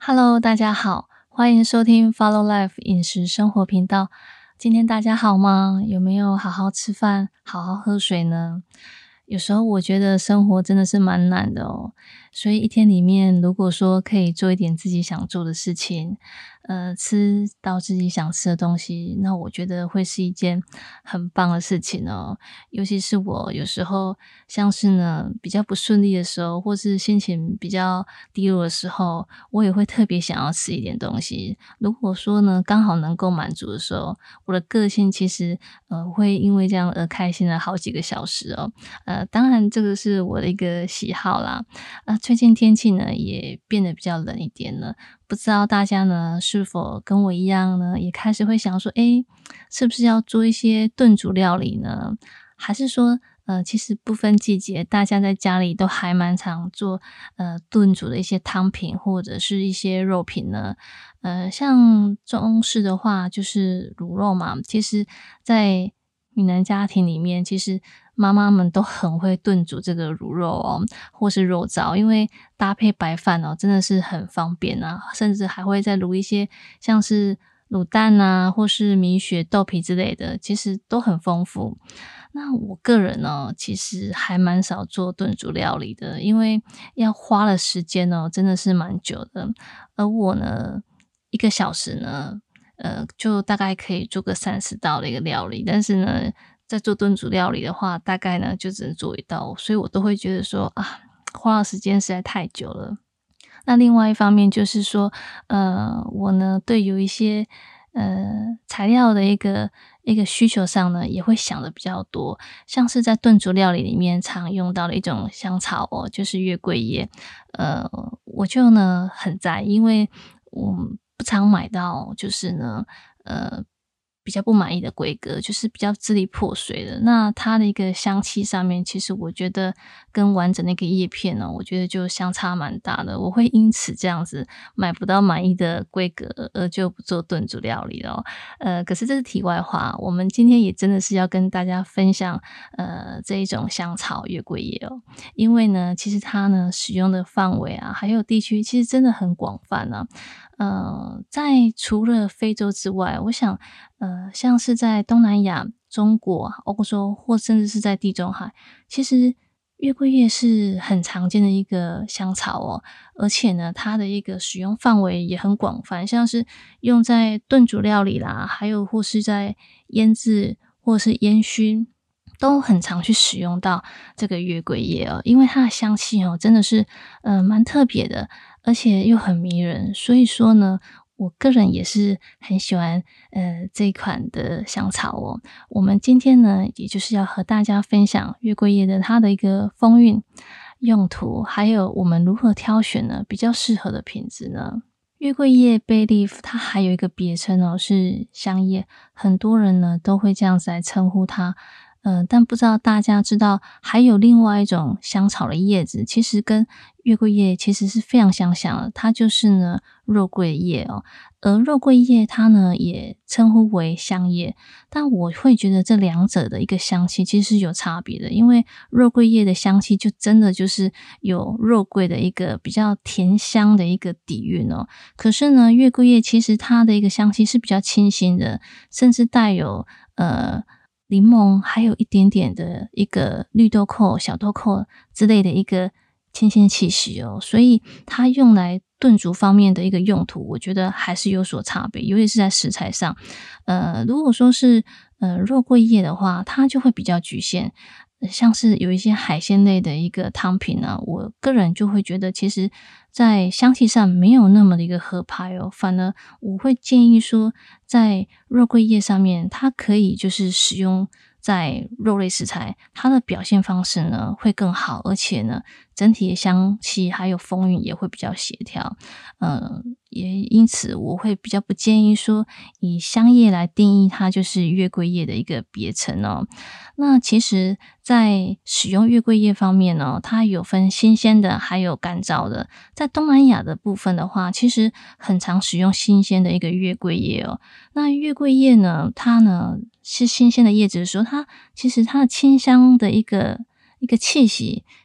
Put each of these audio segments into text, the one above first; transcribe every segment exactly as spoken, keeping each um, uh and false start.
Hello，大家好，欢迎收听 Follow Life 饮食生活频道。今天大家好吗？有没有好好吃饭，好好喝水呢？有时候我觉得生活真的是蛮难的哦，所以一天里面如果说可以做一点自己想做的事情，呃，吃到自己想吃的东西，那我觉得会是一件很棒的事情哦。尤其是我有时候像是呢比较不顺利的时候，或是心情比较低落的时候，我也会特别想要吃一点东西。如果说呢刚好能够满足的时候，我的个性其实呃会因为这样而开心了好几个小时哦。呃，当然这个是我的一个喜好啦。呃，最近天气呢也变得比较冷一点了，不知道大家呢是否跟我一样呢，也开始会想说，诶，是不是要做一些炖煮料理呢？还是说，呃，其实不分季节，大家在家里都还蛮常做呃炖煮的一些汤品或者是一些肉品呢？呃，像中式的话就是卤肉嘛，其实在闽南家庭里面，其实妈妈们都很会炖煮这个卤肉哦，或是肉燥，因为搭配白饭哦，真的是很方便啊，甚至还会再卤一些像是卤蛋啊，或是米血、豆皮之类的，其实都很丰富。那我个人呢，其实还蛮少做炖煮料理的，因为要花的时间哦，真的是蛮久的。而我呢，一个小时呢，呃，就大概可以做个三十道的一个料理，但是呢，在做炖煮料理的话，大概呢就只能做一道，所以我都会觉得说啊，花的时间实在太久了。那另外一方面就是说，呃，我呢对有一些呃材料的一个一个需求上呢，也会想的比较多。像是在炖煮料理里面常用到的一种香草哦，就是月桂叶。呃，我就呢很在意，因为我不常买到，就是呢，呃。比较不满意的规格，就是比较支离破碎的。那它的一个香气上面，其实我觉得跟完整的一个叶片呢，我觉得就相差蛮大的。我会因此这样子买不到满意的规格，而就不做炖煮料理了哦。呃，可是这是题外话，我们今天也真的是要跟大家分享，呃，这一种香草月桂叶哦。因为呢，其实它呢使用的范围啊，还有地区其实真的很广泛啊。呃，在除了非洲之外，我想，呃，像是在东南亚、中国、欧洲，或甚至是在地中海，其实月桂叶是很常见的一个香草哦。而且呢，它的一个使用范围也很广泛，像是用在炖煮料理啦，还有或是在腌制或是烟熏。都很常去使用到这个月桂叶哦，因为它的香气哦，真的是呃蛮特别的，而且又很迷人，所以说呢，我个人也是很喜欢呃这一款的香草哦。我们今天呢，也就是要和大家分享月桂叶的它的一个风韵、用途，还有我们如何挑选呢比较适合的品质呢？月桂叶 bay leaf 它还有一个别称哦，是香叶，很多人呢都会这样子来称呼它。呃，但不知道大家知道还有另外一种香草的叶子，其实跟月桂叶其实是非常相像的，它就是呢肉桂叶哦。而肉桂叶它呢也称呼为香叶，但我会觉得这两者的一个香气其实是有差别的，因为肉桂叶的香气就真的就是有肉桂的一个比较甜香的一个底蕴哦。可是呢，月桂叶其实它的一个香气是比较清新的，甚至带有呃柠檬，还有一点点的一个绿豆蔻、小豆蔻之类的一个清新气息哦，所以它用来炖煮方面的一个用途，我觉得还是有所差别，尤其是在食材上。呃，如果说是呃肉桂叶的话，它就会比较局限。呃像是有一些海鲜类的一个汤品呢、我个人就会觉得，其实在香气上没有那么的一个合拍哦，反而我会建议说，在肉桂叶上面，它可以就是使用在肉类食材，它的表现方式呢会更好，而且呢整体的香气还有风韵也会比较协调。呃，也因此我会比较不建议说以香叶来定义它就是月桂叶的一个别称哦。那其实在使用月桂叶方面呢，它有分新鲜的，还有干燥的。在东南亚的部分的话，其实很常使用新鲜的一个月桂叶哦。那月桂叶呢，它呢是新鲜的叶子的时候，它其实它的清香的一个一个气息，就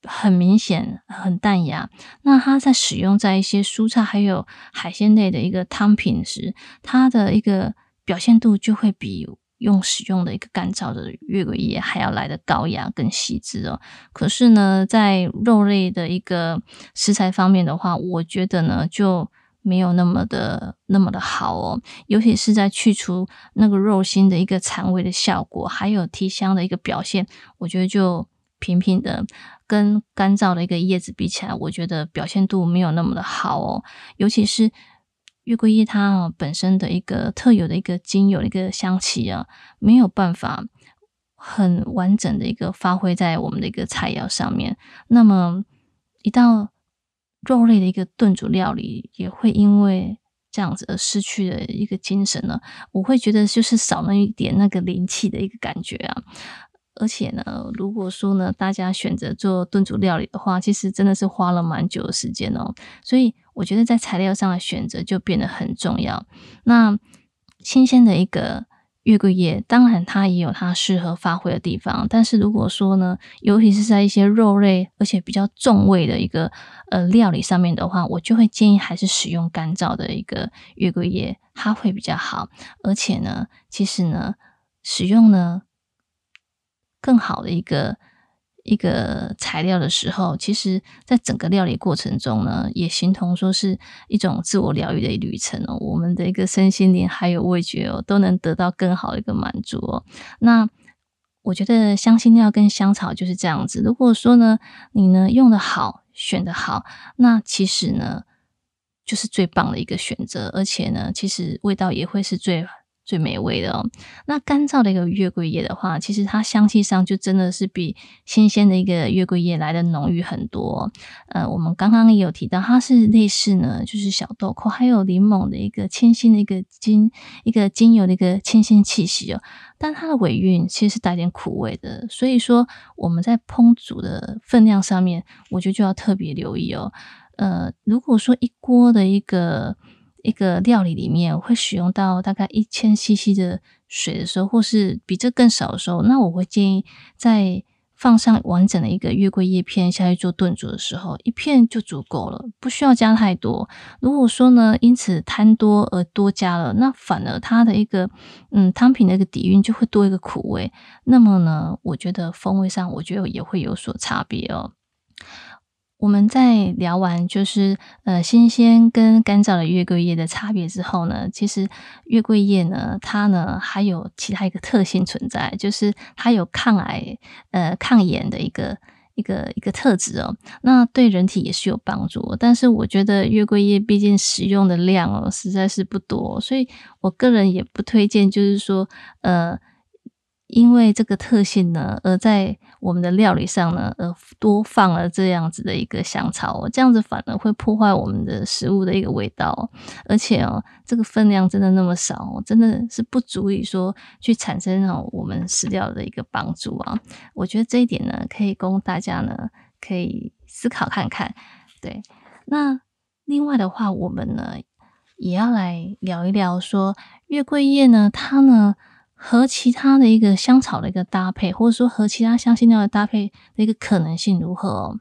很明显很淡雅，那它在使用在一些蔬菜还有海鲜类的一个汤品时，它的一个表现度就会比用使用的一个干燥的月桂叶还要来得高雅更细致哦。可是呢，在肉类的一个食材方面的话，我觉得呢就没有那么的那么的好哦，尤其是在去除那个肉腥的一个残味的效果，还有提香的一个表现，我觉得就平平的，跟干燥的一个叶子比起来，我觉得表现度没有那么的好哦。尤其是月桂叶它哦本身的一个特有的一个精油的一个香气啊，没有办法很完整的一个发挥在我们的一个菜肴上面。那么一道肉类的一个炖煮料理，也会因为这样子而失去了一个精神呢，我会觉得就是少了一点那个灵气的一个感觉啊。而且呢，如果说呢，大家选择做炖煮料理的话，其实真的是花了蛮久的时间哦。所以我觉得在材料上的选择就变得很重要。那新鲜的一个月桂叶，当然它也有它适合发挥的地方，但是如果说呢，尤其是在一些肉类而且比较重味的一个呃料理上面的话，我就会建议还是使用干燥的一个月桂叶，它会比较好。而且呢，其实呢，使用呢更好的一个一个材料的时候，其实在整个料理过程中呢，也形同说是一种自我疗愈的旅程哦。我们的一个身心灵还有味觉哦，都能得到更好的一个满足哦。那我觉得香辛料跟香草就是这样子，如果说呢，你呢用得好，选得好，那其实呢就是最棒的一个选择，而且呢，其实味道也会是最最美味的哦。那干燥的一个月桂叶的话，其实它香气上就真的是比新鲜的一个月桂叶来的浓郁很多哦。呃，我们刚刚也有提到，它是类似呢，就是小豆蔻还有柠檬的一个清新的一个精一个精油的一个清新气息哦。但它的尾韵其实是带点苦味的，所以说我们在烹煮的分量上面，我觉得就要特别留意哦。呃，如果说一锅的一个一个料理里面会使用到大概一千 C C 的水的时候，或是比这更少的时候，那我会建议在放上完整的一个月桂叶片下去做炖煮的时候，一片就足够了，不需要加太多。如果说呢，因此贪多而多加了，那反而它的一个嗯汤品的一个底蕴就会多一个苦味，那么呢，我觉得风味上我觉得也会有所差别哦。我们在聊完就是呃新鲜跟干燥的月桂叶的差别之后呢，其实月桂叶呢，它呢还有其他一个特性存在，就是它有抗癌呃抗炎的一个一个一个特质哦。那对人体也是有帮助，但是我觉得月桂叶毕竟使用的量哦实在是不多，所以我个人也不推荐，就是说呃。因为这个特性呢，而在我们的料理上呢，呃，多放了这样子的一个香草哦，这样子反而会破坏我们的食物的一个味道哦。而且哦，这个分量真的那么少哦，真的是不足以说去产生哦我们食料的一个帮助啊。我觉得这一点呢，可以供大家呢可以思考看看。对，那另外的话，我们呢也要来聊一聊说月桂叶呢，它呢。和其他的一个香草的一个搭配，或者说和其他香辛料的搭配的一个可能性如何哦？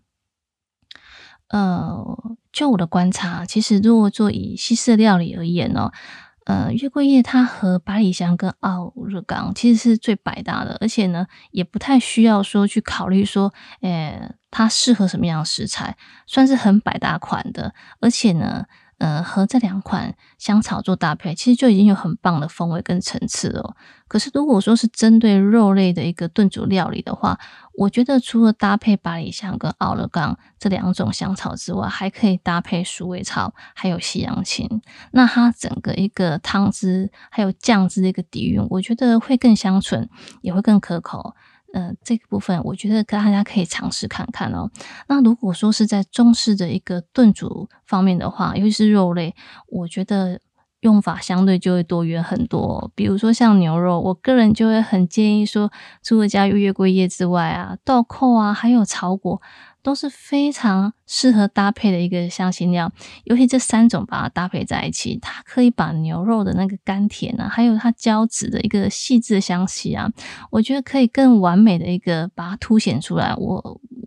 呃，就我的观察，其实如果做以西式料理而言哦，呃，月桂叶它和百里香跟奥勒冈其实是最百搭的，而且呢，也不太需要说去考虑说，诶，它适合什么样的食材，算是很百搭款的，而且呢。呃，和这两款香草做搭配，其实就已经有很棒的风味跟层次了哦。可是如果说是针对肉类的一个炖煮料理的话，我觉得除了搭配百里香跟奥勒冈这两种香草之外，还可以搭配鼠尾草还有西洋芹。那它整个一个汤汁还有酱汁的一个底蕴，我觉得会更香醇，也会更可口。呃，这个部分我觉得大家可以尝试看看哦。那如果说是在中式的一个炖煮方面的话，尤其是肉类，我觉得用法相对就会多元很多哦。比如说像牛肉，我个人就会很建议说，除了加月桂叶之外啊，豆蔻啊，还有草果。都是非常适合搭配的一个香辛料，尤其这三种把它搭配在一起，它可以把牛肉的那个甘甜啊，还有它胶质的一个细致的香气啊，我觉得可以更完美的一个把它凸显出来。我我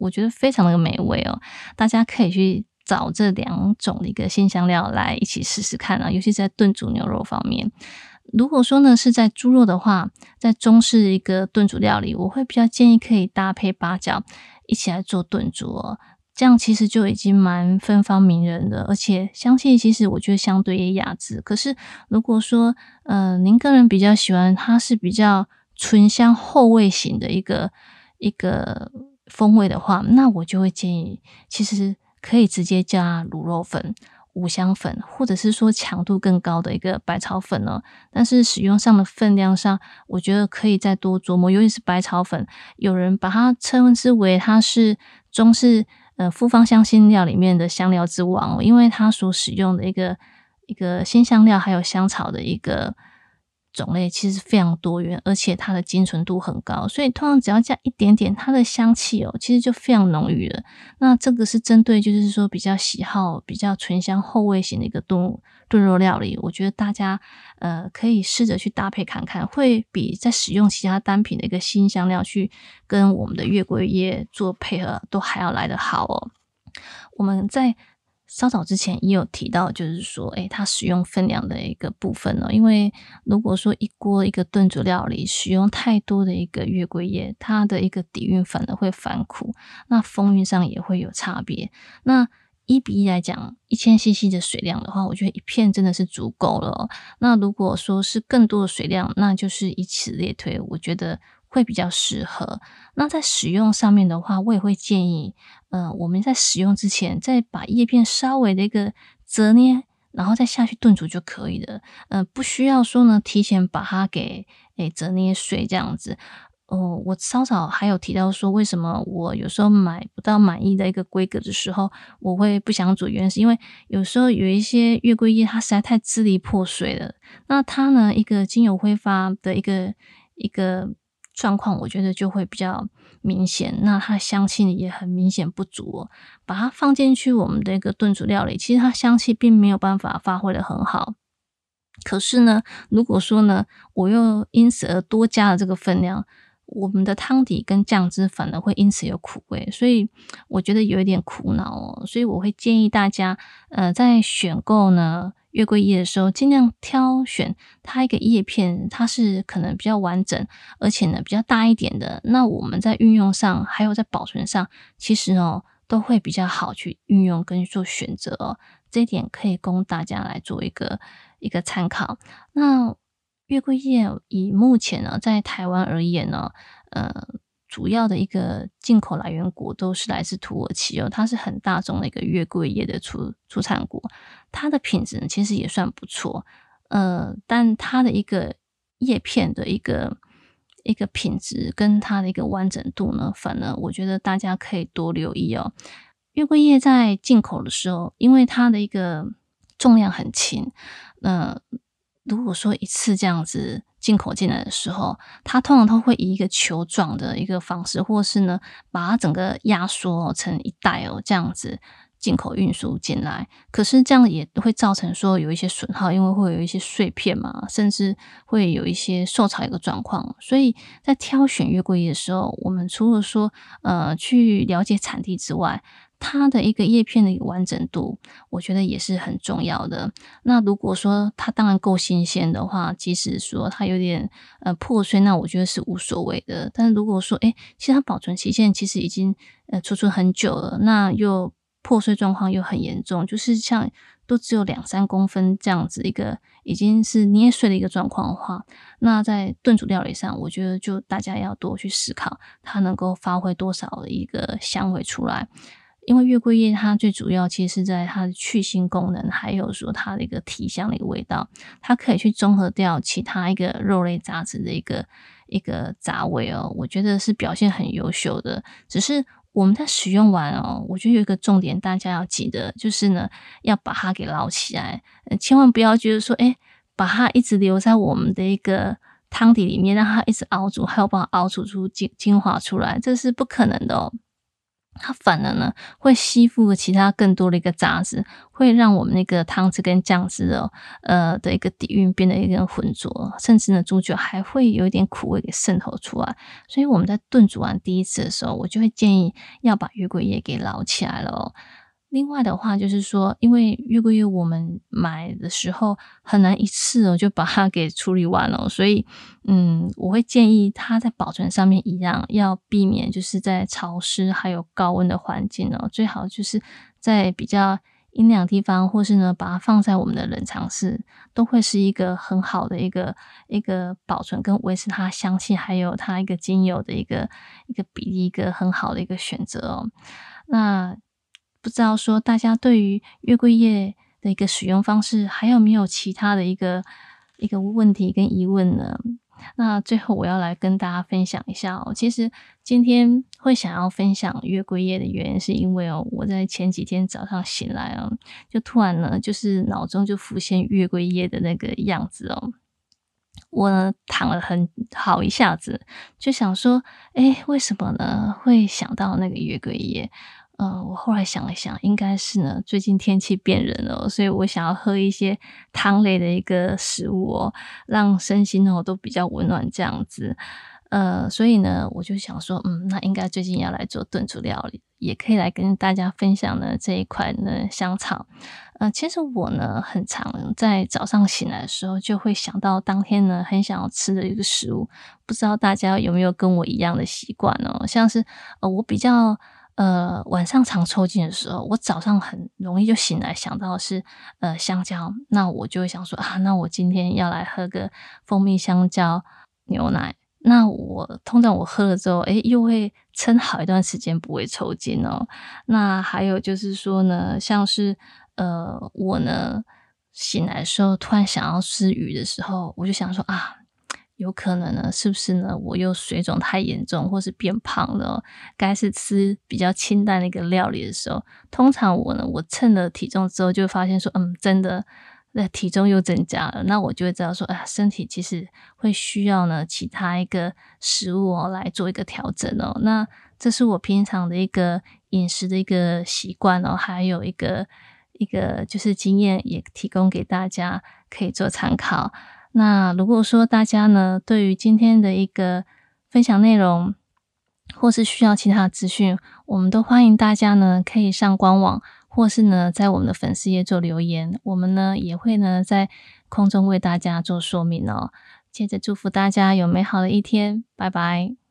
我觉得非常的美味哦。大家可以去找这两种的一个辛香料来一起试试看啊，尤其是在炖煮牛肉方面。如果说呢是在猪肉的话，在中式一个炖煮料理，我会比较建议可以搭配八角一起来做炖煮哦。这样其实就已经蛮芬芳迷人的，而且香气其实我觉得相对也雅致。可是如果说呃您个人比较喜欢它是比较醇香后味型的一个一个风味的话，那我就会建议其实可以直接加卤肉粉、五香粉，或者是说强度更高的一个百草粉哦。但是使用上的分量上，我觉得可以再多琢磨，尤其是百草粉，有人把它称之为它是中式呃复方香辛料里面的香料之王哦，因为它所使用的一个一个辛香料还有香草的一个种类其实非常多元，而且它的精纯度很高，所以通常只要加一点点，它的香气哦，其实就非常浓郁了。那这个是针对就是说比较喜好比较醇香后味型的一个炖炖肉料理，我觉得大家呃可以试着去搭配看看，会比在使用其他单品的一个辛香料去跟我们的月桂叶做配合都还要来得好哦。我们在稍早之前也有提到，就是说，诶，它使用分量的一个部分哦。因为如果说一锅一个炖煮料理使用太多的一个月桂叶，它的一个底蕴反而会反苦，那风韵上也会有差别。那一比一来讲，一千 C C 的水量的话，我觉得一片真的是足够了哦。那如果说是更多的水量，那就是以此类推，我觉得会比较适合。那在使用上面的话，我也会建议，呃，我们在使用之前，再把叶片稍微的一个折捏，然后再下去炖煮就可以了。呃，不需要说呢，提前把它给诶折捏碎这样子。哦，我稍早还有提到说，为什么我有时候买不到满意的一个规格的时候，我会不想煮，原因是因为有时候有一些月桂叶它实在太支离破碎了，那它呢一个精油挥发的一个一个状况，我觉得就会比较明显，那它香气也很明显不足哦。把它放进去我们的一个炖煮料理，其实它香气并没有办法发挥得很好。可是呢，如果说呢，我又因此而多加了这个分量，我们的汤底跟酱汁反而会因此有苦味，所以我觉得有一点苦恼哦。所以我会建议大家，呃，在选购呢月桂叶的时候，尽量挑选它一个叶片，它是可能比较完整，而且呢比较大一点的。那我们在运用上，还有在保存上，其实哦都会比较好去运用跟做选择哦。这一点可以供大家来做一个一个参考。那月桂叶以目前呢，在台湾而言呢，呃，主要的一个进口来源国都是来自土耳其哦，它是很大众的一个月桂叶的出出产国，它的品质呢其实也算不错，呃，但它的一个叶片的一个一个品质跟它的一个完整度呢，反而我觉得大家可以多留意哦。月桂叶在进口的时候，因为它的一个重量很轻，那如果说一次这样子进口进来的时候，它通常都会以一个球状的一个方式，或是呢把它整个压缩成一袋哦，这样子进口运输进来。可是这样也会造成说有一些损耗，因为会有一些碎片嘛，甚至会有一些受潮一个状况。所以在挑选月桂叶的时候，我们除了说呃去了解产地之外，它的一个叶片的一个完整度，我觉得也是很重要的。那如果说它当然够新鲜的话，即使说它有点呃破碎，那我觉得是无所谓的。但是如果说诶其实它保存期限其实已经呃储存很久了，那又破碎状况又很严重，就是像都只有两三公分这样子一个已经是捏碎的一个状况的话，那在炖煮料理上，我觉得就大家要多去思考，它能够发挥多少的一个香味出来。因为月桂叶它最主要其实是在它的去腥功能，还有说它的一个提香的一个味道，它可以去中和掉其他一个肉类杂质的一个一个杂味哦，我觉得是表现很优秀的。只是我们在使用完哦，我觉得有一个重点大家要记得，就是呢要把它给捞起来，呃千万不要觉得说，诶把它一直留在我们的一个汤底里面，让它一直熬煮，还有把它熬煮出精精华出来，这是不可能的哦。 它反而呢会吸附其他更多的一个杂质，会让我们那个汤汁跟酱汁哦，呃的一个底蕴变得有点浑浊，甚至呢猪脚还会有一点苦味给渗透出来。所以我们在炖煮完第一次的时候，我就会建议要把月桂叶给捞起来了哦。另外的话就是说，因为月桂叶我们买的时候很难一次哦就把它给处理完哦，所以嗯，我会建议它在保存上面一样，要避免就是在潮湿还有高温的环境哦，最好就是在比较阴凉的地方，或是呢把它放在我们的冷藏室，都会是一个很好的一个一个保存跟维持它香气，还有它一个精油的一个一个比例，一个很好的一个选择哦。那不知道说大家对于月桂叶的一个使用方式，还有没有其他的一个一个问题跟疑问呢？那最后我要来跟大家分享一下哦，其实今天会想要分享月桂叶的原因是因为哦，我在前几天早上醒来哦，就突然呢，就是脑中就浮现月桂叶的那个样子哦。我呢躺了很好一下子，就想说，诶，为什么呢会想到那个月桂叶？呃，我后来想了想，应该是呢，最近天气变冷了哦，所以我想要喝一些汤类的一个食物哦，让身心哦都比较温暖这样子。呃，所以呢，我就想说，嗯，那应该最近要来做炖煮料理，也可以来跟大家分享呢这一款呢香草。呃，其实我呢很常在早上醒来的时候就会想到当天呢很想要吃的一个食物，不知道大家有没有跟我一样的习惯哦？像是呃我比较呃晚上常抽筋的时候，我早上很容易就醒来想到的是呃香蕉，那我就会想说啊，那我今天要来喝个蜂蜜香蕉牛奶。那我通常我喝了之后，诶，又会撑好一段时间不会抽筋哦。那还有就是说呢，像是呃，我呢醒来的时候突然想要吃鱼的时候，我就想说啊，有可能呢，是不是呢我又水肿太严重，或是变胖了哦，该是吃比较清淡的一个料理的时候，通常我呢，我称了体重之后就会发现说，嗯，真的。那体重又增加了，那我就会知道说，哎，身体其实会需要呢其他一个食物哦来做一个调整哦。那这是我平常的一个饮食的一个习惯哦，还有一个一个就是经验，也提供给大家可以做参考。那如果说大家呢对于今天的一个分享内容，或是需要其他的资讯，我们都欢迎大家呢可以上官网。或是呢，在我们的粉丝页做留言，我们呢也会呢在空中为大家做说明哦。接着祝福大家有美好的一天，拜拜。